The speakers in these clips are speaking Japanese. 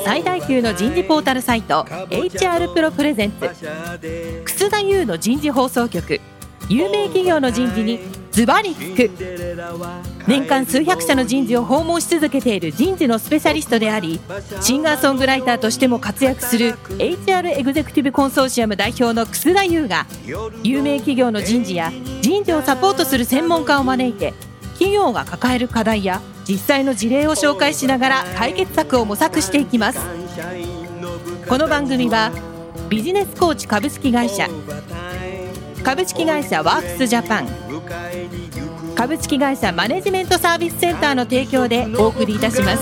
最大級の人事ポータルサイト HR プロプレゼンツ楠田優の人事放送局。有名企業の人事にズバリ聞く。年間数百社の人事を訪問し続けている人事のスペシャリストであり、シンガーソングライターとしても活躍する HR エグゼクティブコンソーシアム代表の楠田優が、有名企業の人事や人事をサポートする専門家を招いて、企業が抱える課題や実際の事例を紹介しながら解決策を模索していきます。この番組はビジネスコーチ株式会社、株式会社ワークスジャパン、株式会社マネジメントサービスセンターの提供でお送りいたします。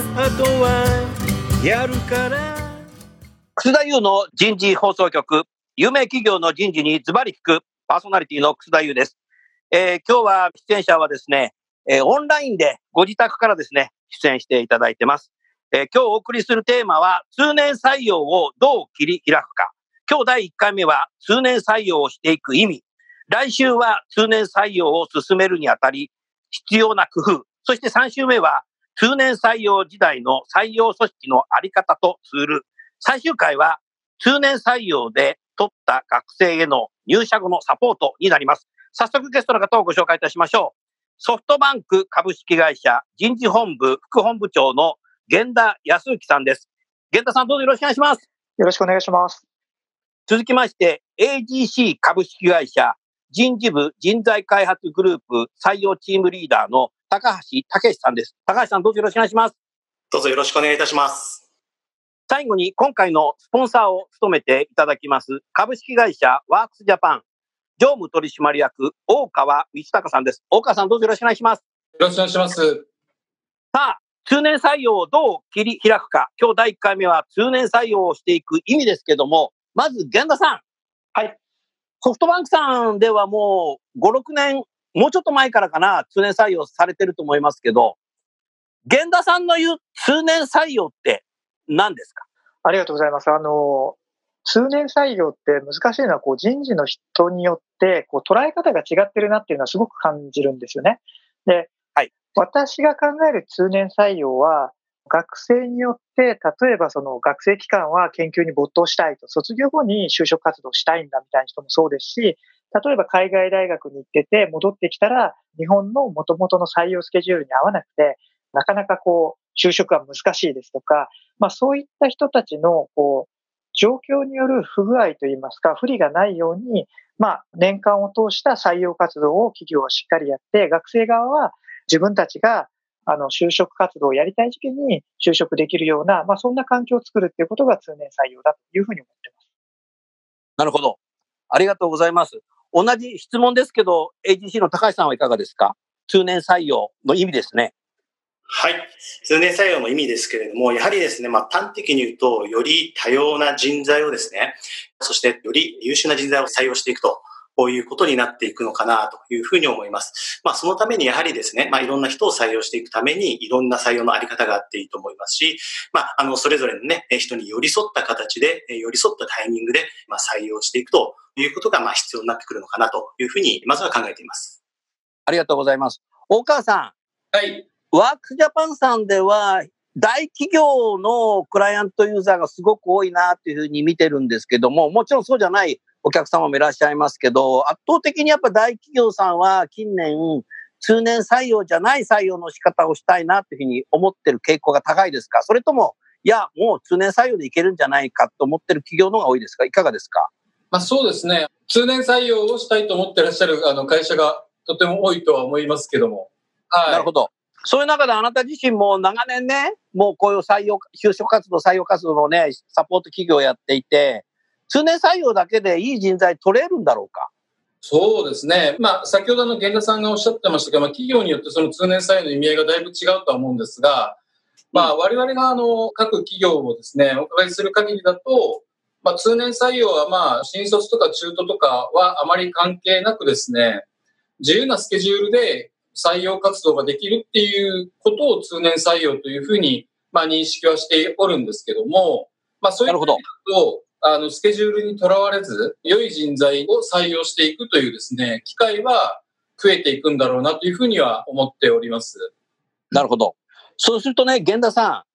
楠田優の人事放送局、有名企業の人事にズバリ聞く、パーソナリティの楠田優です。今日は出演者はですね、オンラインでご自宅からですね出演していただいてます。今日お送りするテーマは通年採用をどう切り開くか。今日第1回目は通年採用をしていく意味。来週は通年採用を進めるにあたり必要な工夫。そして3週目は通年採用時代の採用組織のあり方とツール。最終回は通年採用で取った学生への入社後のサポートになります。早速ゲストの方をご紹介いたしましょう。ソフトバンク株式会社人事本部副本部長の源田康之さんです。源田さん、どうぞよろしくお願いします。 よろしくお願いします。 続きまして AGC 株式会社人事部人材開発グループ採用チームリーダーの高橋武さんです。高橋さん、どうぞよろしくお願いします。 どうぞよろしくお願いいたします。 最後に今回のスポンサーを務めていただきます株式会社ワークスジャパン常務取締役大川道隆さんです。大川さん、どうぞよろしくお願いします。 よろしくお願いします。 さあ、通年採用をどう切り開くか。今日第1回目は通年採用をしていく意味ですけども、まず源田さん。 はい。 ソフトバンクさんではもう5、6年、もうちょっと前からかな、通年採用されてると思いますけど、源田さんの言う通年採用って何ですか？ ありがとうございます。通年採用って難しいのは、人事の人によって捉え方が違ってるなっていうのはすごく感じるんですよね。で、 はい、 私が考える通年採用は、学生によって、例えばその学生期間は研究に没頭したいと、卒業後に就職活動したいんだみたいな人もそうですし、例えば海外大学に行ってて戻ってきたら、日本の元々の採用スケジュールに合わなくて、なかなか就職は難しいですとか、そういった人たちの状況による不具合といいますか、不利がないように、年間を通した採用活動を企業はしっかりやって、学生側は自分たちが就職活動をやりたい時期に就職できるような、そんな環境を作るっていうことが通年採用だというふうに思っています。 なるほど。ありがとうございます。同じ質問ですけど、AGC の高橋さんはいかがですか？通年採用の意味ですね。 はい。通年採用の意味ですけれども、やはりですね、端的に言うと、より多様な人材をですね、そしてより優秀な人材を採用していくと。こういうことになっていくのかなというふうに思います。そのためにやはりですね、いろんな人を採用していくためにいろんな採用のあり方があっていいと思いますし、それぞれのね、人に寄り添った形で、寄り添ったタイミングで、採用していくということが、必要になってくるのかなというふうに、まずは考えています。 ありがとうございます。大川さん。はい。 ワークスジャパンさんでは、大企業のクライアントユーザーがすごく多いなというふうに見てるんですけども、もちろんそうじゃないお客様もいらっしゃいますけど、圧倒的にやっぱ大企業さんは近年通年採用じゃない採用の仕方をしたいなというふうに思ってる傾向が高いですか？それともいやもう通年採用でいけるんじゃないかと思ってる企業の方が多いですか？いかがですか？ そうですね。通年採用をしたいと思ってらっしゃる会社がとても多いとは思いますけども、はい。 なるほど。そういう中であなた自身も長年ね、もうこういう就職活動、採用活動のね、サポート企業をやっていて、通年採用だけでいい人材取れるんだろうか？ そうですね。先ほど源田さんがおっしゃってましたけど、企業によってその通年採用の意味合いがだいぶ違うとは思うんですが、我々が各企業をですね、お伺いする限りだと、通年採用は新卒とか中途とかはあまり関係なくですね、自由なスケジュールで採用活動ができるっていうことを通年採用というふうに認識はしておるんですけども、そういうことだとスケジュールにとらわれず良い人材を採用していくというですね、機会は増えていくんだろうなというふうには思っております。 なるほど。そうするとね、源田さん、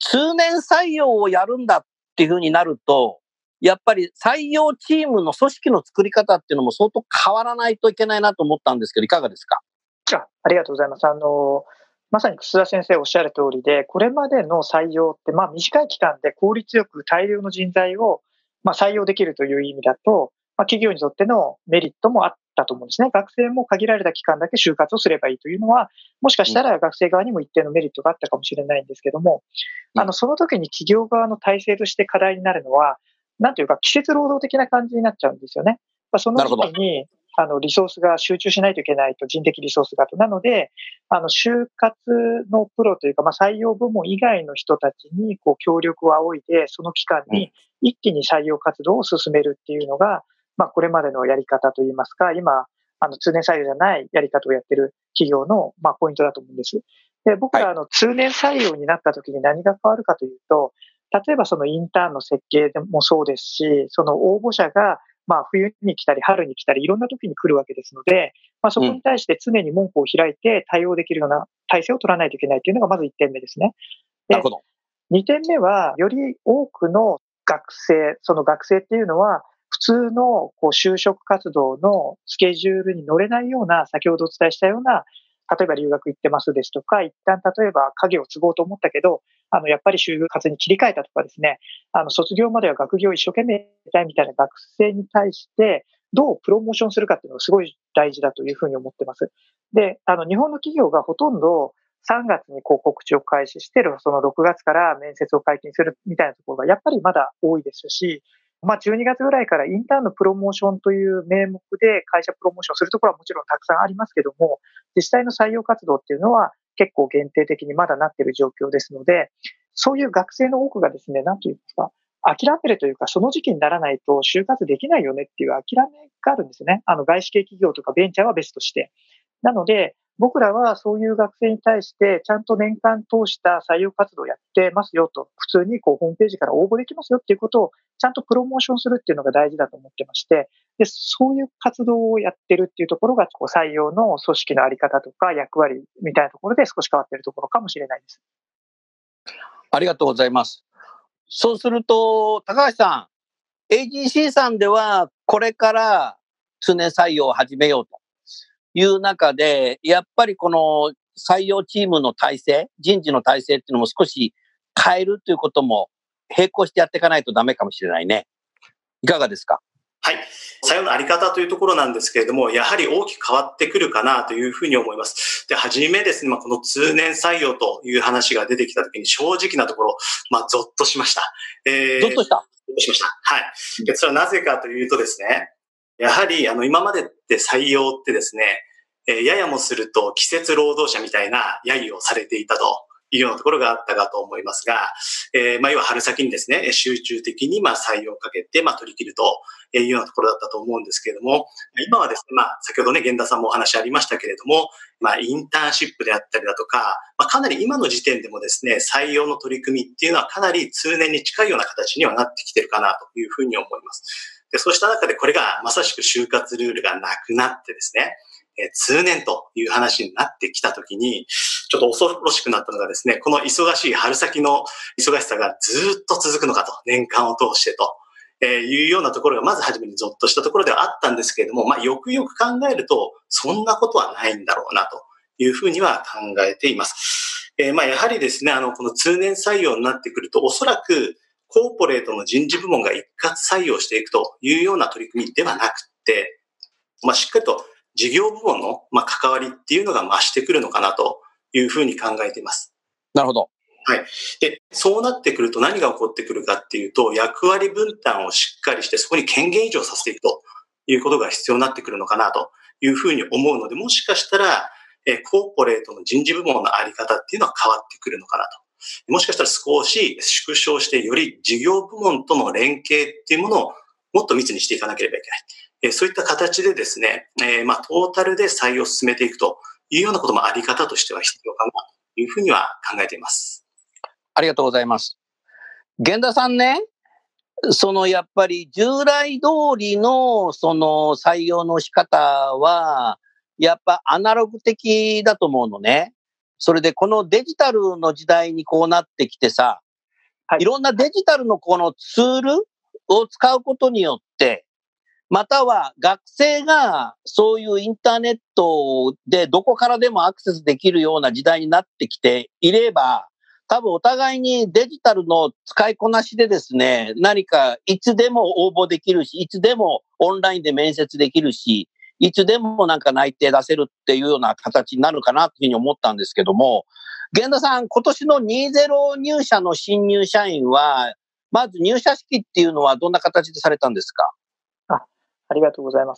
通年採用をやるんだっていうふうになると、やっぱり採用チームの組織の作り方っていうのも相当変わらないといけないなと思ったんですけど、いかがですか？ ありがとうございます。まさに楠田先生おっしゃる通りで、これまでの採用って、短い期間で効率よく大量の人材を、採用できるという意味だと、企業にとってのメリットもあったと思うんですね。学生も限られた期間だけ就活をすればいいというのは、もしかしたら学生側にも一定のメリットがあったかもしれないんですけども、その時に企業側の体制として課題になるのは、なんというか季節労働的な感じになっちゃうんですよね。その時期にリソースが集中しないといけないと、人的リソースがと。なので、就活のプロというか、採用部門以外の人たちに協力を仰いで、その期間に一気に採用活動を進めるっていうのが、これまでのやり方といいますか、今、通年採用じゃないやり方をやってる企業の、ポイントだと思うんです。で、僕ら通年採用になった時に何が変わるかというと、例えばそのインターンの設計でもそうですし、その応募者が冬に来たり春に来たりいろんな時に来るわけですので、そこに対して常に門戸を開いて対応できるような体制を取らないといけないというのがまず1点目ですね。で、2点目はより多くの学生、その学生っていうのは普通の就職活動のスケジュールに乗れないような、先ほどお伝えしたような、例えば留学行ってますですとか、一旦例えば影を継ごうと思ったけど、やっぱり就活に切り替えたとかですね、卒業までは学業を一生懸命やりたいみたいな学生に対して、どうプロモーションするかっていうのがすごい大事だというふうに思ってます。で、日本の企業がほとんど3月に告知を開始して、その6月から面接を解禁するみたいなところがやっぱりまだ多いですし、12月ぐらいからインターンのプロモーションという名目で会社プロモーションするところはもちろんたくさんありますけども、実際の採用活動っていうのは結構限定的にまだなっている状況ですので、そういう学生の多くがですね、なんというんですか、諦めるというか、その時期にならないと就活できないよねっていう諦めがあるんですね。外資系企業とかベンチャーは別として。なので、僕らはそういう学生に対してちゃんと年間通した採用活動をやってますよと、普通にホームページから応募できますよっていうことをちゃんとプロモーションするっていうのが大事だと思ってまして、で、そういう活動をやってるっていうところが採用の組織のあり方とか役割みたいなところで少し変わっているところかもしれないです。 ありがとうございます。そうすると、高橋さん、AGC さんではこれから通年採用を始めようという中で、やっぱりこの採用チームの体制、人事の体制っていうのも少し変えるということも並行してやっていかないとダメかもしれないね。いかがですか？ はい。採用のあり方というところなんですけれども、やはり大きく変わってくるかなというふうに思います。で、はじめですね、この通年採用という話が出てきたときに正直なところ、ゾッとしました。 ゾッとした。 ゾッとしました。はい。で、それはなぜかというとですね、やはり今までって採用ってですね、ややもすると季節労働者みたいな揶揄をされていたというようなところがあったかと思いますが、要は春先にですね、集中的に採用をかけて取り切るというようなところだったと思うんですけれども、今はですね、先ほどね、源田さんもお話ありましたけれども、インターンシップであったりだとか、かなり今の時点でもですね、採用の取り組みっていうのはかなり通年に近いような形にはなってきてるかなというふうに思います。で、そうした中でこれがまさしく就活ルールがなくなってですね、通年という話になってきたときに、ちょっと恐ろしくなったのがですね、この忙しい春先の忙しさがずっと続くのかと、年間を通してというようなところがまず初めにゾッとしたところではあったんですけれども、よくよく考えると、そんなことはないんだろうなというふうには考えています。やはりですね、この通年採用になってくると、おそらくコーポレートの人事部門が一括採用していくというような取り組みではなくて、しっかりと事業部門の関わりっていうのが増してくるのかなというふうに考えています。 なるほど。 はい。で、そうなってくると何が起こってくるかっていうと、役割分担をしっかりしてそこに権限移譲させていくということが必要になってくるのかなというふうに思うので、もしかしたら、コーポレートの人事部門のあり方っていうのは変わってくるのかなと。もしかしたら少し縮小してより事業部門との連携っていうものをもっと密にしていかなければいけない。そういった形でですね、トータルで採用を進めていくというようなこともあり方としては必要かなというふうには考えています。 ありがとうございます。源田さんね、やっぱり従来通りの採用の仕方は、やっぱアナログ的だと思うのね。それでこのデジタルの時代にこうなってきてさ、 いろんなデジタルのこのツールを使うことによって、または学生がそういうインターネットでどこからでもアクセスできるような時代になってきていれば、多分お互いにデジタルの使いこなしでですね、何かいつでも応募できるし、いつでもオンラインで面接できるし、いつでもなんか内定出せるっていうような形になるかなというふうに思ったんですけども、源田さん、今年の20入社の新入社員は、まず入社式っていうのはどんな形でされたんですか？ ありがとうございます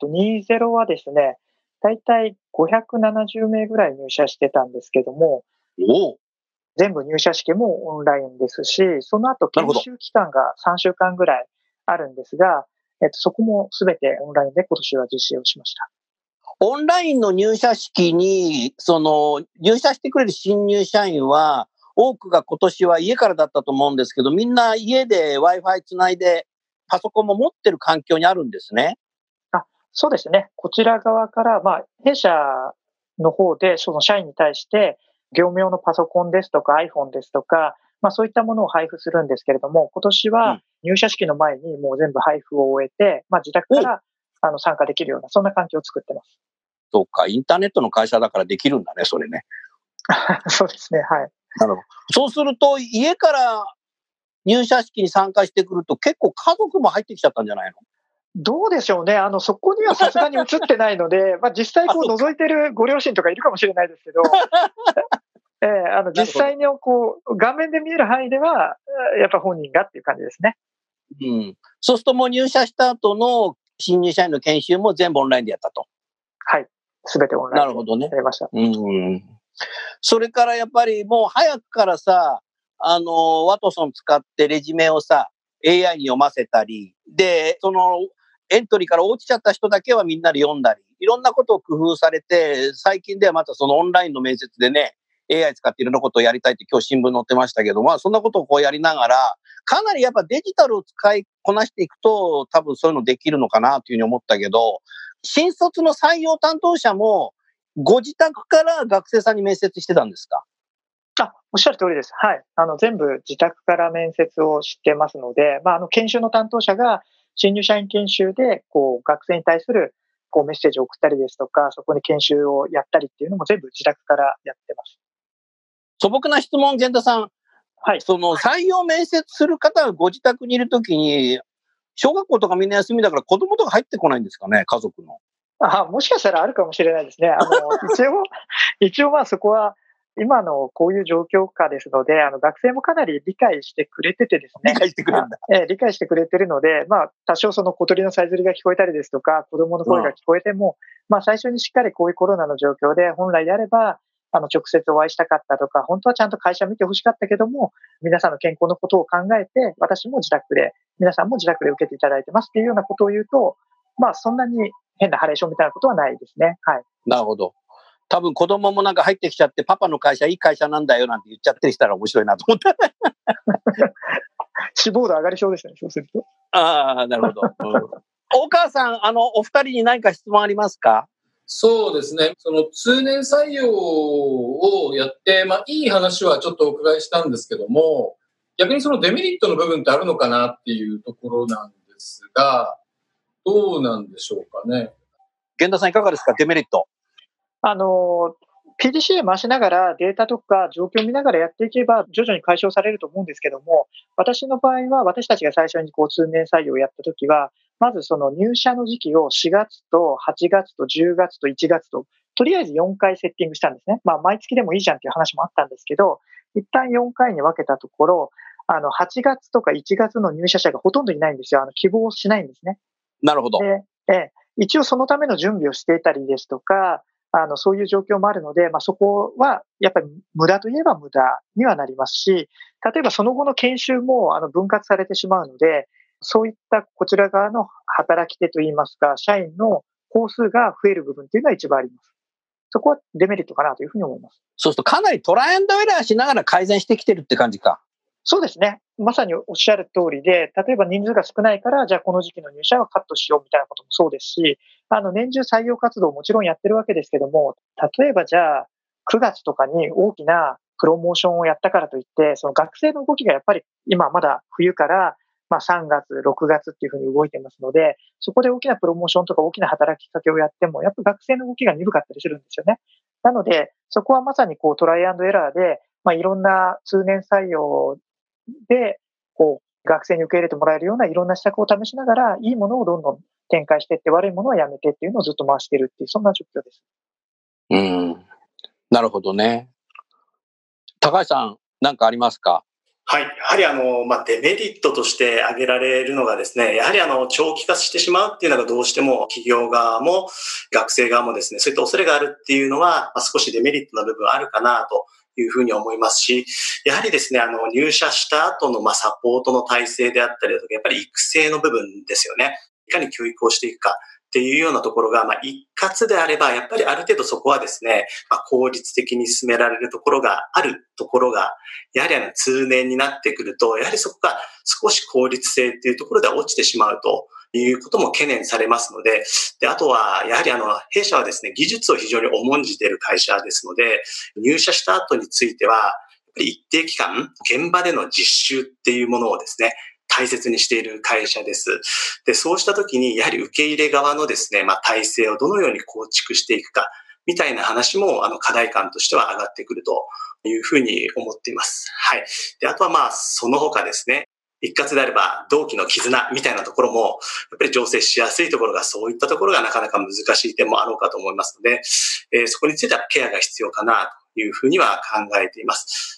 。20はですね、だいたい570名ぐらい入社してたんですけども、全部入社式もオンラインですし、その後研修期間が3週間ぐらいあるんですが、そこもすべてオンラインで今年は実施をしました。 オンラインの入社式に、入社してくれる新入社員は、多くが今年は家からだったと思うんですけど、みんな家で Wi-Fi つないで、パソコンも持ってる環境にあるんですね。 そうですね。こちら側から、弊社の方で、その社員に対して、業務用のパソコンですとか iPhone ですとか、そういったものを配布するんですけれども、今年は入社式の前にもう全部配布を終えて、自宅から参加できるような、そんな環境を作ってます。 そうか、インターネットの会社だからできるんだね、それね。 そうですね、はい。 なるほど。そうすると、家から入社式に参加してくると、結構家族も入ってきちゃったんじゃないの？ どうでしょうね。そこにはさすがに映ってないので、実際覗いてるご両親とかいるかもしれないですけど、実際に画面で見える範囲では、やっぱ本人がっていう感じですね。 そうするともう入社した後の新入社員の研修も全部オンラインでやったと。 はい。すべてオンラインでやりました。 それからやっぱりもう早くからさ、ワトソン使ってレジュメをさ、AI に読ませたり、で、そのエントリーから落ちちゃった人だけはみんなで読んだり、いろんなことを工夫されて、最近ではまたそのオンラインの面接でね、AI 使っていろんなことをやりたいって今日新聞載ってましたけど、そんなことをやりながら、かなりやっぱデジタルを使いこなしていくと、多分そういうのできるのかなというふうに思ったけど、新卒の採用担当者も、ご自宅から学生さんに面接してたんですか？ おっしゃる通りです。はい。全部自宅から面接をしてますので、研修の担当者が新入社員研修で、学生に対する、メッセージを送ったりですとか、そこで研修をやったりっていうのも全部自宅からやってます。 素朴な質問、源田さん。はい。その採用面接する方がご自宅にいるときに、小学校とかみんな休みだから子供とか入ってこないんですかね、家族の。 もしかしたらあるかもしれないですね。一応そこは、今のこういう状況下ですので、学生もかなり理解してくれててですね。 理解してくれるんだ。 理解してくれてるので、多少その小鳥のさえずりが聞こえたりですとか、子供の声が聞こえても、最初にしっかりこういうコロナの状況で、本来であれば、直接お会いしたかったとか、本当はちゃんと会社見てほしかったけども、皆さんの健康のことを考えて、私も自宅で、皆さんも自宅で受けていただいてますっていうようなことを言うと、そんなに変なハレーションみたいなことはないですね。はい。 なるほど。多分子供もなんか入ってきちゃって、パパの会社いい会社なんだよなんて言っちゃってしたら面白いなと思った。 志望度上がりそうですね、そうすると。 なるほど。大川さん、お二人に何か質問ありますか？ そうですね。その通年採用をやって、いい話はちょっとお伺いしたんですけども、逆にそのデメリットの部分ってあるのかなっていうところなんですが、どうなんでしょうかね。 源田さんいかがですか、デメリット。 PDCA 回しながらデータとか状況を見ながらやっていけば徐々に解消されると思うんですけども、私の場合は私たちが最初に通年採用をやったときは、まずその入社の時期を4月と8月と10月と1月と、とりあえず4回セッティングしたんですね。毎月でもいいじゃんっていう話もあったんですけど、一旦4回に分けたところ、8月とか1月の入社者がほとんどいないんですよ。希望しないんですね。 なるほど。 で、一応そのための準備をしていたりですとか、そういう状況もあるので、そこはやっぱり無駄といえば無駄にはなりますし、例えばその後の研修も分割されてしまうので、そういったこちら側の働き手といいますか、社員の工数が増える部分というのは一番あります。そこはデメリットかなというふうに思います。 そうするとかなりトライアンドエラーしながら改善してきてるって感じか。 そうですね。まさにおっしゃる通りで、例えば人数が少ないから、じゃあこの時期の入社はカットしようみたいなこともそうですし、年中採用活動もちろんやってるわけですけども、例えばじゃあ9月とかに大きなプロモーションをやったからといって、その学生の動きがやっぱり今まだ冬から、3月、6月っていうふうに動いてますので、そこで大きなプロモーションとか大きな働きかけをやっても、やっぱ学生の動きが鈍かったりするんですよね。なので、そこはまさにトライアンドエラーで、いろんな通年採用で、学生に受け入れてもらえるようないろんな施策を試しながら、いいものをどんどん展開していって、悪いものはやめてっていうのをずっと回しているっていう、そんな状況です。 なるほどね。高橋さん、何かありますか？ はい。やはりデメリットとして挙げられるのがですね、やはり長期化してしまうっていうのがどうしても企業側も学生側もですね、そういった恐れがあるっていうのは、少しデメリットな部分あるかなというふうに思いますし、やはりですね、入社した後のサポートの体制であったりだとか、やっぱり育成の部分ですよね。いかに教育をしていくかっていうようなところが、一括であれば、やっぱりある程度そこはですね、効率的に進められるところがあるところが、やはり通年になってくると、やはりそこが少し効率性っていうところで落ちてしまうということも懸念されますので、あとは、やはり弊社はですね、技術を非常に重んじている会社ですので、入社した後については、やっぱり一定期間、現場での実習っていうものをですね、大切にしている会社です。で、そうしたときに、やはり受け入れ側のですね、体制をどのように構築していくか、みたいな話も、課題感としては上がってくるというふうに思っています。はい。で、あとはその他ですね、一括であれば、同期の絆みたいなところも、やっぱり調整しやすいところが、そういったところがなかなか難しい点もあろうかと思いますので、そこについてはケアが必要かなというふうには考えています。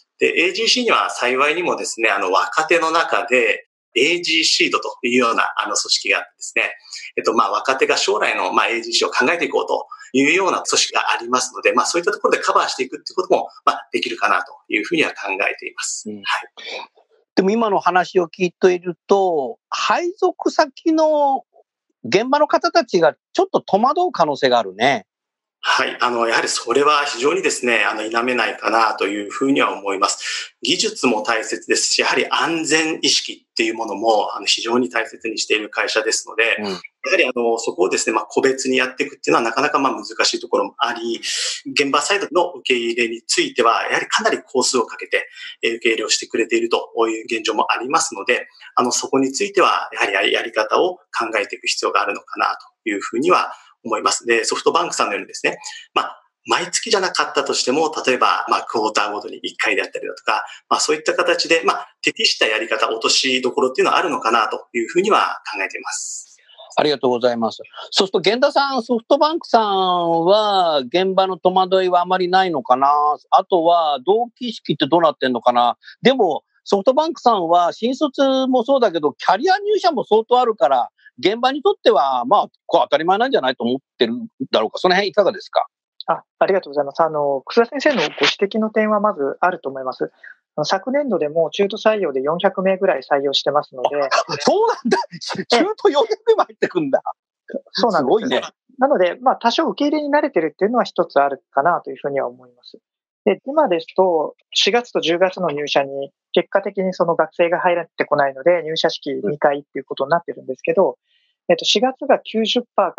で、AGC には幸いにもですね、若手の中で、AG シードというような組織があってですね、若手が将来のAGC を考えていこうというような組織がありますので、そういったところでカバーしていくっていうことも、できるかなというふうには考えています。はい。 でも今の話を聞いていると、配属先の現場の方たちがちょっと戸惑う可能性があるね。 はい。やはりそれは非常にですね、否めないかなというふうには思います。技術も大切ですし、やはり安全意識っていうものも、非常に大切にしている会社ですので、やはりそこをですね、個別にやっていくっていうのはなかなか難しいところもあり、現場サイドの受け入れについては、やはりかなり工数をかけて受け入れをしてくれているという現状もありますので、そこについては、やはりやり方を考えていく必要があるのかなというふうには思います。で、ソフトバンクさんのようにですね、毎月じゃなかったとしても、例えば、クォーターごとに1回であったりだとか、そういった形で、適したやり方、落としどころっていうのはあるのかなというふうには考えています。 ありがとうございます。そうすると、源田さん、ソフトバンクさんは、現場の戸惑いはあまりないのかな？あとは、同期意識ってどうなってんのかな？でも、ソフトバンクさんは、新卒もそうだけど、キャリア入社も相当あるから、現場にとっては、当たり前なんじゃないと思ってるんだろうか。その辺いかがですか？ ありがとうございます。楠田先生のご指摘の点はまずあると思います。昨年度でも中途採用で400名ぐらい採用してますので。 そうなんだ。中途400名も入ってくんだ。 そうなんです。すごいね。なので、多少受け入れに慣れてるっていうのは一つあるかなというふうには思います。で、今ですと、4月と10月の入社に結果的にその学生が入ってこないので、入社式2回っていうことになってるんですけど、4月が 90% から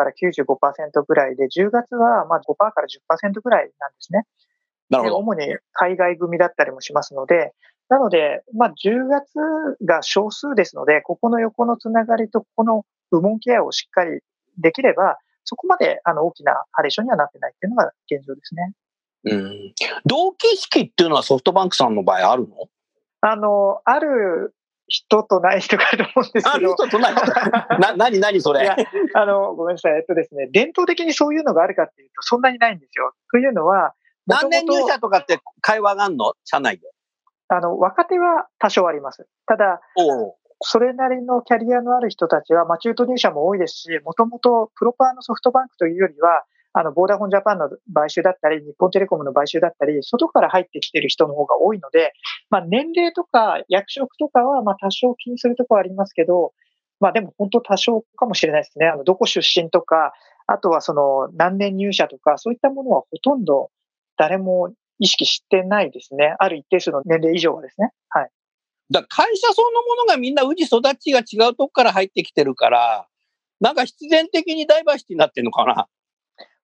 95% ぐらいで、10月は5% から 10% ぐらいなんですね。 なるほど。 主に海外組だったりもしますので、なので、10月が少数ですので、ここの横のつながりとここの部門ケアをしっかりできれば、そこまで大きなハレーションにはなってないっていうのが現状ですね。 同期意識っていうのはソフトバンクさんの場合あるの？ ある人とない人があると思うんですけど。 ある人とない人。何それ。 いや、ごめんなさい。ですね、伝統的にそういうのがあるかっていうと、そんなにないんですよ。というのは、 何年入社とかって会話があるの？社内で。 若手は多少あります。ただ、それなりのキャリアのある人たちは、中途入社も多いですし、もともとプロパーのソフトバンクというよりは、ボーダフォンジャパンの買収だったり、日本テレコムの買収だったり、外から入ってきている人の方が多いので、年齢とか役職とかは多少気にするところはありますけど、でも本当多少かもしれないですね。どこ出身とか、あとはその何年入社とか、そういったものはほとんど誰も意識してないですね。ある一定数の年齢以上はですね。はい。 だから会社そのものがみんな氏育ちが違うとこから入ってきてるから、なんか必然的にダイバーシティになってるのかな。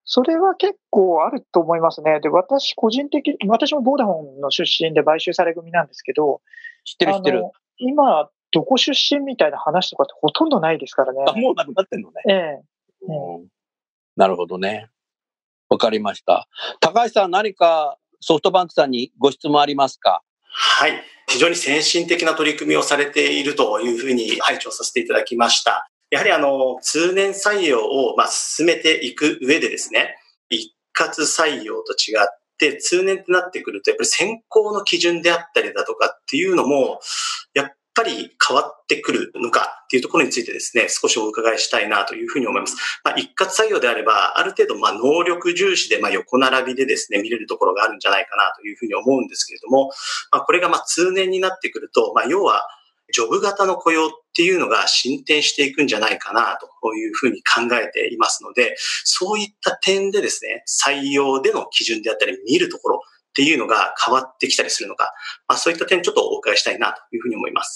それは結構あると思いますね。で、私もボーダフォンの出身で買収され組なんですけど、 知ってる。 今、どこ出身みたいな話とかってほとんどないですからね。 もうなくなってんのね。 ええ。 なるほどね。わかりました。高橋さん、何かソフトバンクさんにご質問ありますか？ はい。非常に先進的な取り組みをされているというふうに拝聴させていただきました。やはり通年採用を進めていく上でですね、一括採用と違って通年ってなってくると、やっぱり選考の基準であったりだとかっていうのも、やっぱり変わってくるのかっていうところについてですね、少しお伺いしたいなというふうに思います。一括採用であれば、ある程度能力重視で横並びでですね、見れるところがあるんじゃないかなというふうに思うんですけれども、これが通年になってくると、要はジョブ型の雇用っていうのが進展していくんじゃないかなというふうに考えていますので、そういった点でですね、採用での基準であったり見るところっていうのが変わってきたりするのか、そういった点ちょっとお伺いしたいなというふうに思います。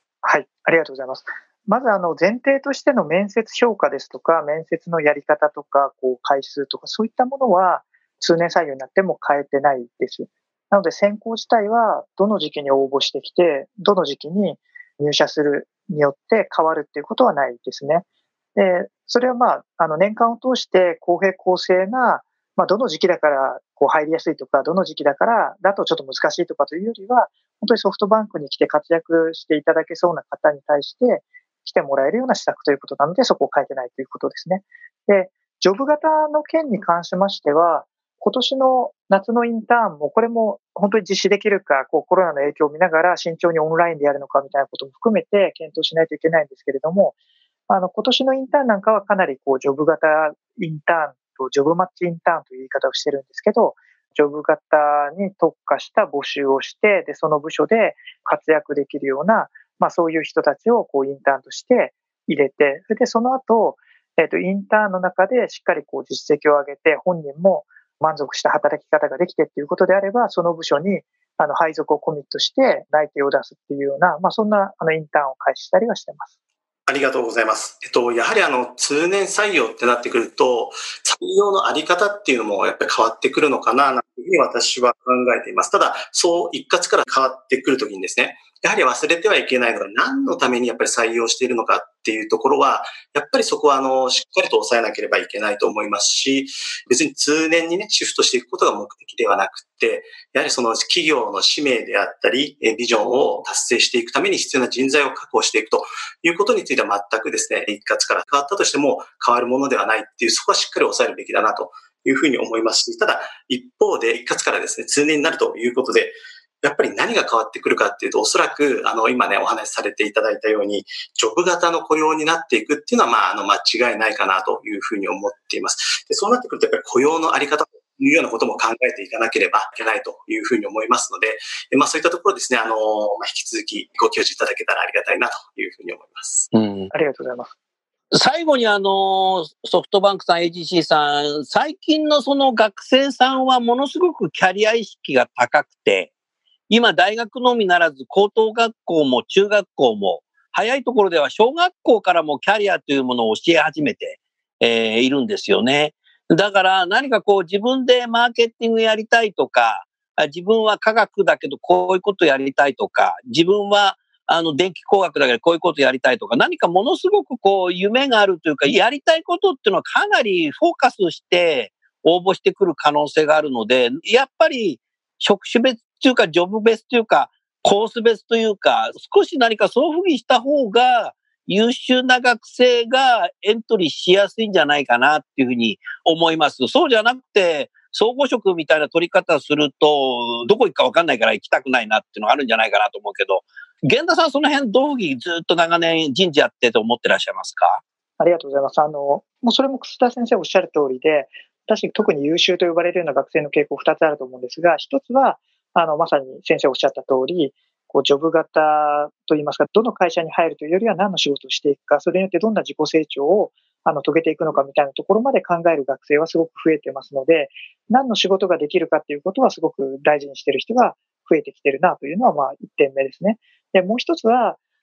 はい、ありがとうございます。まず前提としての面接評価ですとか、面接のやり方とか、回数とか、そういったものは通年採用になっても変えてないです。なので選考自体はどの時期に応募してきて、どの時期に入社するによって変わるっていうことはないですね。で、それは年間を通して公平公正な、どの時期だから入りやすいとか、どの時期だからだとちょっと難しいとかというよりは、本当にソフトバンクに来て活躍していただけそうな方に対して来てもらえるような施策ということなので、そこを変えてないということですね。で、ジョブ型の件に関しましては、今年の夏のインターンも、これも本当に実施できるか、コロナの影響を見ながら慎重にオンラインでやるのかみたいなことも含めて検討しないといけないんですけれども、今年のインターンなんかはかなりジョブ型インターンとジョブマッチインターンという言い方をしてるんですけど、ジョブ型に特化した募集をして、で、その部署で活躍できるような、そういう人たちをインターンとして入れて、それでその後、インターンの中でしっかり実績を上げて、本人も満足した働き方ができてっていうことであれば、その部署に配属をコミットして内定を出すっていうような、そんなインターンを開始したりはしています。 ありがとうございます。やはり通年採用ってなってくると、採用のあり方っていうのもやっぱり変わってくるのかな、なんていうふうに私は考えています。ただ、そう一括から変わってくるときにですね、やはり忘れてはいけないのが何のためにやっぱり採用しているのかっていうところは、やっぱりそこはしっかりと抑えなければいけないと思いますし、別に通年にね、シフトしていくことが目的ではなくて、やはりその企業の使命であったり、ビジョンを達成していくために必要な人材を確保していくということについては全くですね、一括から変わったとしても変わるものではないっていう、そこはしっかり抑えるべきだなというふうに思いますし、ただ一方で一括からですね、通年になるということで、やっぱり何が変わってくるかっていうと、おそらく、今ね、お話しされていただいたように、ジョブ型の雇用になっていくっていうのは、間違いないかなというふうに思っています。で、そうなってくると、やっぱり雇用のあり方というようなことも考えていかなければいけないというふうに思いますので、そういったところですね、引き続きご教示いただけたらありがたいなというふうに思います。 ありがとうございます。 最後にソフトバンクさん、AGC さん、最近のその学生さんはものすごくキャリア意識が高くて、今大学のみならず高等学校も中学校も、早いところでは小学校からもキャリアというものを教え始めて、いるんですよね。だから何か自分でマーケティングやりたいとか、自分は科学だけどこういうことやりたいとか、自分は電気工学だけどこういうことやりたいとか、何かものすごく夢があるというか、やりたいことっていうのはかなりフォーカスして応募してくる可能性があるので、やっぱり職種別というか、ジョブ別というか、コース別というか、少し何かそういうふうにした方が、優秀な学生がエントリーしやすいんじゃないかなっていうふうに思います。そうじゃなくて、総合職みたいな取り方すると、どこ行くか分かんないから行きたくないなっていうのがあるんじゃないかなと思うけど、源田さん、その辺どういうふうにずっと長年人事やってと思ってらっしゃいますか？ ありがとうございます。もうそれも楠田先生おっしゃる通りで、私特に優秀と呼ばれるような学生の傾向2つあると思うんですが、1つは、まさに先生おっしゃった通り、ジョブ型といいますか、どの会社に入るというよりは何の仕事をしていくか、それによってどんな自己成長を遂げていくのかみたいなところまで考える学生はすごく増えてますので、何の仕事ができるかということはすごく大事にしている人が増えてきているなというのは1点目ですね。で、もう一つは、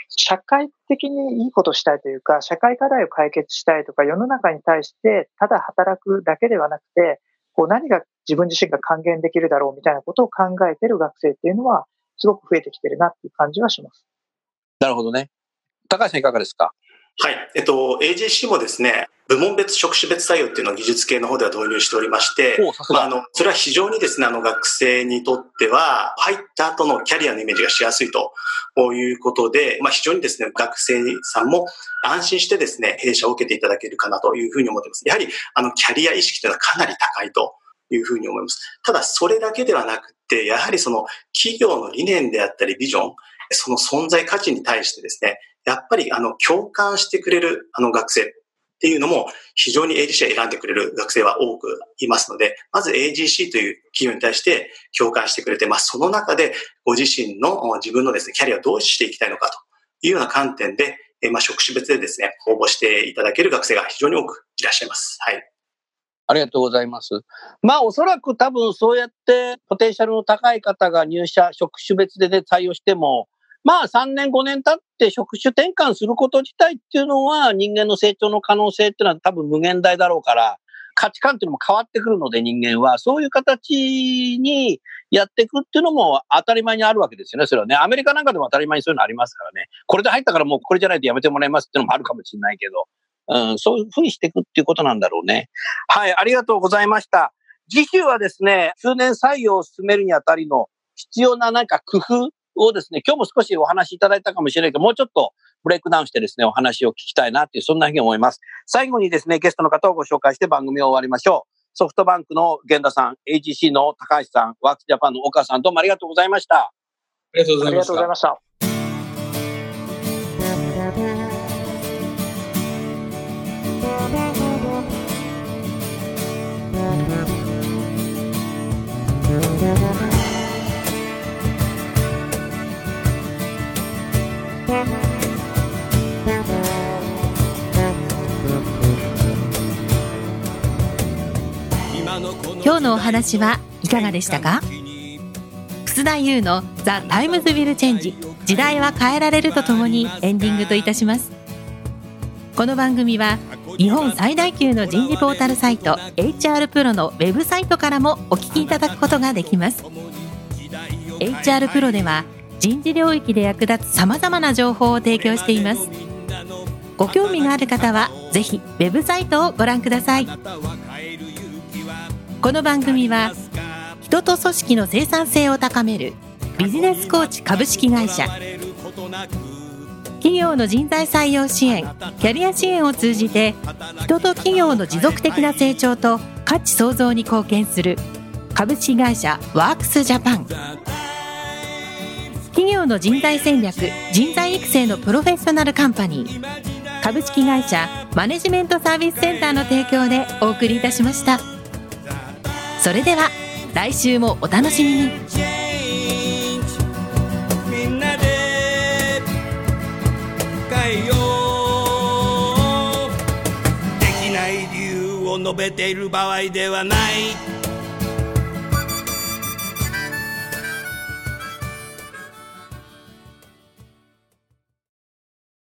社会的にいいことしたいというか、社会課題を解決したいとか、世の中に対してただ働くだけではなくて、何が自分自身が還元できるだろうみたいなことを考えている学生っていうのは、すごく増えてきてるなっていう感じはします。 なるほどね。高橋さんいかがですか？ はい。AJC もですね、部門別、職種別採用っていうのを技術系の方では導入しておりまして、それは非常にですね、学生にとっては、入った後のキャリアのイメージがしやすいということで、非常にですね、学生さんも安心してですね、弊社を受けていただけるかなというふうに思っています。やはり、キャリア意識というのはかなり高いというふうに思います。ただ、それだけではなくて、やはりその企業の理念であったりビジョン、その存在価値に対してですね、やっぱり共感してくれる学生っていうのも非常に AGC を選んでくれる学生は多くいますので、まず AGC という企業に対して共感してくれて、その中でご自身の自分のですね、キャリアをどうしていきたいのかというような観点で、職種別でですね、応募していただける学生が非常に多くいらっしゃいます。はい。 ありがとうございます。おそらく多分そうやってポテンシャルの高い方が入社、職種別で採用しても、3年5年経って職種転換すること自体っていうのは人間の成長の可能性っていうのは多分無限大だろうから、価値観っていうのも変わってくるので人間はそういう形にやっていくっていうのも当たり前にあるわけですよね。それはね、アメリカなんかでも当たり前にそういうのありますからね。これで入ったからもうこれじゃないとやめてもらいますっていうのもあるかもしれないけど、そういうふうにしていくっていうことなんだろうね。はい、ありがとうございました。次週はですね、通年採用を進めるにあたりの必要な工夫をですね、今日も少しお話しいただいたかもしれないけど、もうちょっとブレイクダウンしてですね、お話を聞きたいなっていう、そんなふうに思います。最後にですね、ゲストの方をご紹介して番組を終わりましょう。ソフトバンクの源田さん、AGC の高橋さん、ワークスジャパンの岡さん、どうもありがとうございました。 ありがとうございました。 ありがとうございました。 今日のお話はいかがでしたか？楠田優の The Times Will Change 時代は変えられるとともにエンディングといたします。この番組は日本最大級の人事ポータルサイト HR プロのウェブサイトからもお聞きいただくことができます。 HR プロでは人事領域で役立つさまざまな情報を提供しています。ご興味がある方はぜひウェブサイトをご覧ください。この番組は人と組織の生産性を高めるビジネスコーチ株式会社、企業の人材採用支援、キャリア支援を通じて人と企業の持続的な成長と価値創造に貢献する株式会社ワークスジャパン、企業の人材戦略、人材育成のプロフェッショナルカンパニー株式会社マネジメントサービスセンターの提供でお送りいたしました。それでは来週もお楽しみに。 みんなで変えよう。できない理由を述べている場合ではない。